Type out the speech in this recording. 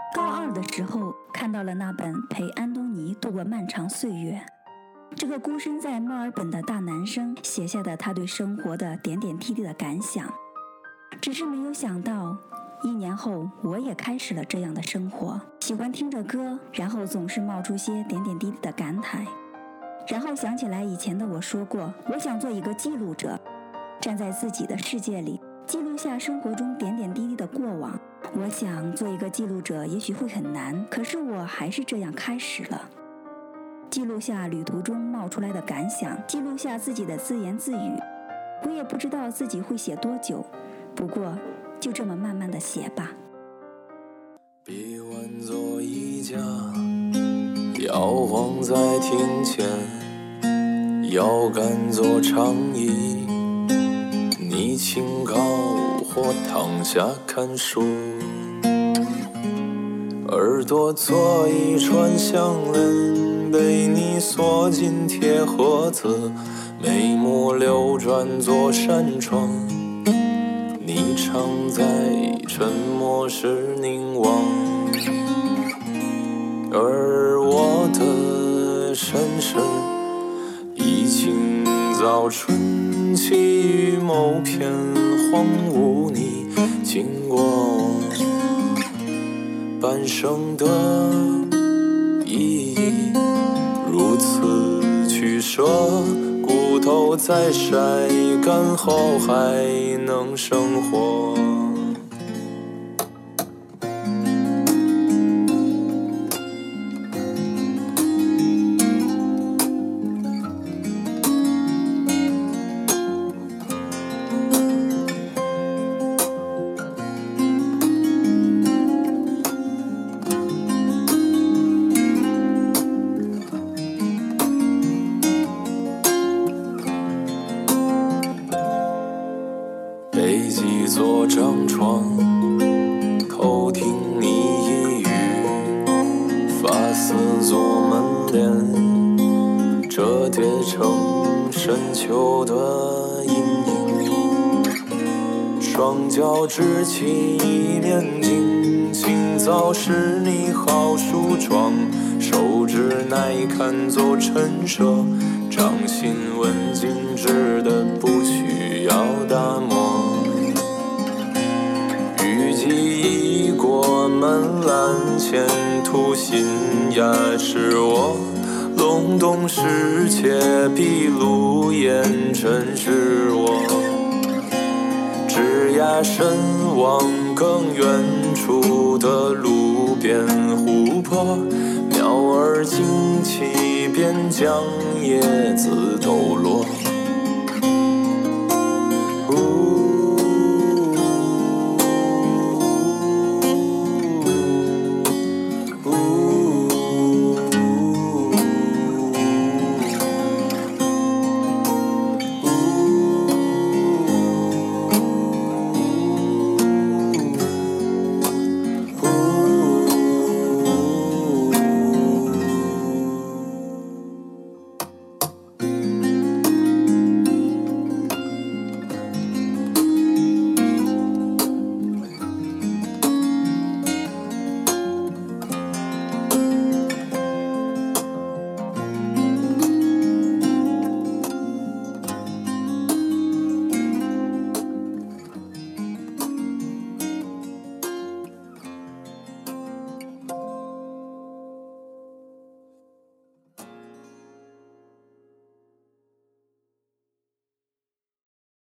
高二的时候看到了那本陪安东尼度过漫长岁月，这个孤身在墨尔本的大男生写下的他对生活的点点滴滴的感想。只是没有想到1年后我也开始了这样的生活，喜欢听着歌，然后总是冒出些点点滴滴的感慨，然后想起来以前的我说过，我想做一个记录者，站在自己的世界里记录下生活中点点滴滴的过往。我想做一个记录者也许会很难，可是我还是这样开始了，记录下旅途中冒出来的感想，记录下自己的自言自语。我也不知道自己会写多久，不过就这么慢慢的写吧。 臂弯做衣架，摇晃在庭前，腰杆做长椅，你清高或躺下看书，耳朵做一串项链，被你锁进铁盒子，眉目流转做扇窗，你常在沉默时凝望，而我的身世已经早春起于某片荒芜，你经过半生的意义，如此取舍，骨头在晒干后还能生活。背几座张床，偷听你一语，发丝做门帘，折叠成深秋的阴影，双脚支起一面镜，清早是你好梳妆，手指耐看做陈设，掌心文静止的不需要打磨，雨季已过门栏，前途新芽是我隆冬时且比路烟尘是我，枝桠深望更远处的路边湖泊，鸟儿惊起边疆叶子抖落。